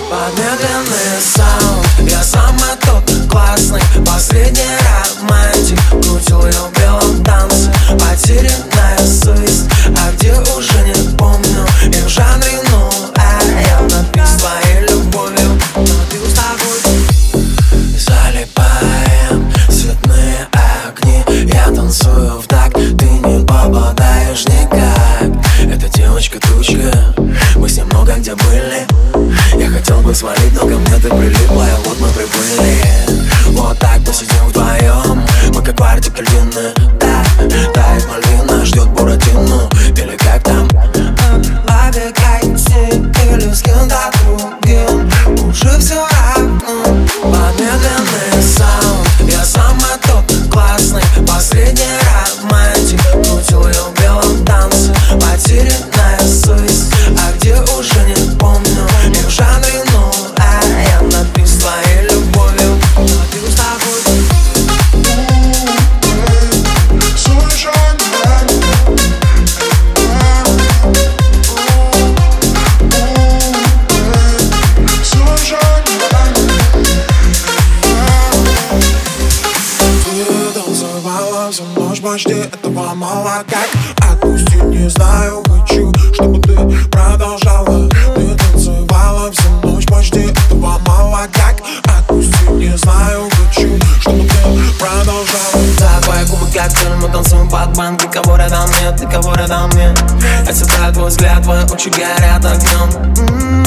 Подмедленный саунд, я самый тот классный, последний романтик. Крутил ее в белом танце, потерянная совесть, а где уже не помню. И в жанре я напис твоей любовью, но ты уставай. Залипаем цветные огни, я танцую в такт, ты не попадаешь никак. Эта девочка-тучка, мы с ней много где были. Я хотел бы свалить, но ко мне ты прилипла, и вот мы приплыли. Вот так посидим вдвоем, мы как квартик львиные. Да, тает малина, ждет буратино, или как там? Обегайте или с кем-то другим, уже все равно. Подмедленный саунд, я самый тот классный, последний романтик. Крутил ее в белом танце, потерянная совесть, а где уже не помню. И в жанре я напис твоей любовью, но ты уставай. Всю ночь почти этого мало как. Отпусти, не знаю, хочу, чтобы ты продолжала. Ты танцевала всю ночь почти этого мало как. Отпусти, не знаю, хочу, чтобы ты продолжала. За твои губы как фильм, мы танцуем под банк. Ты кого рядом нет, ты кого рядом нет. Я цепляю твой взгляд, твои очи горят огнем.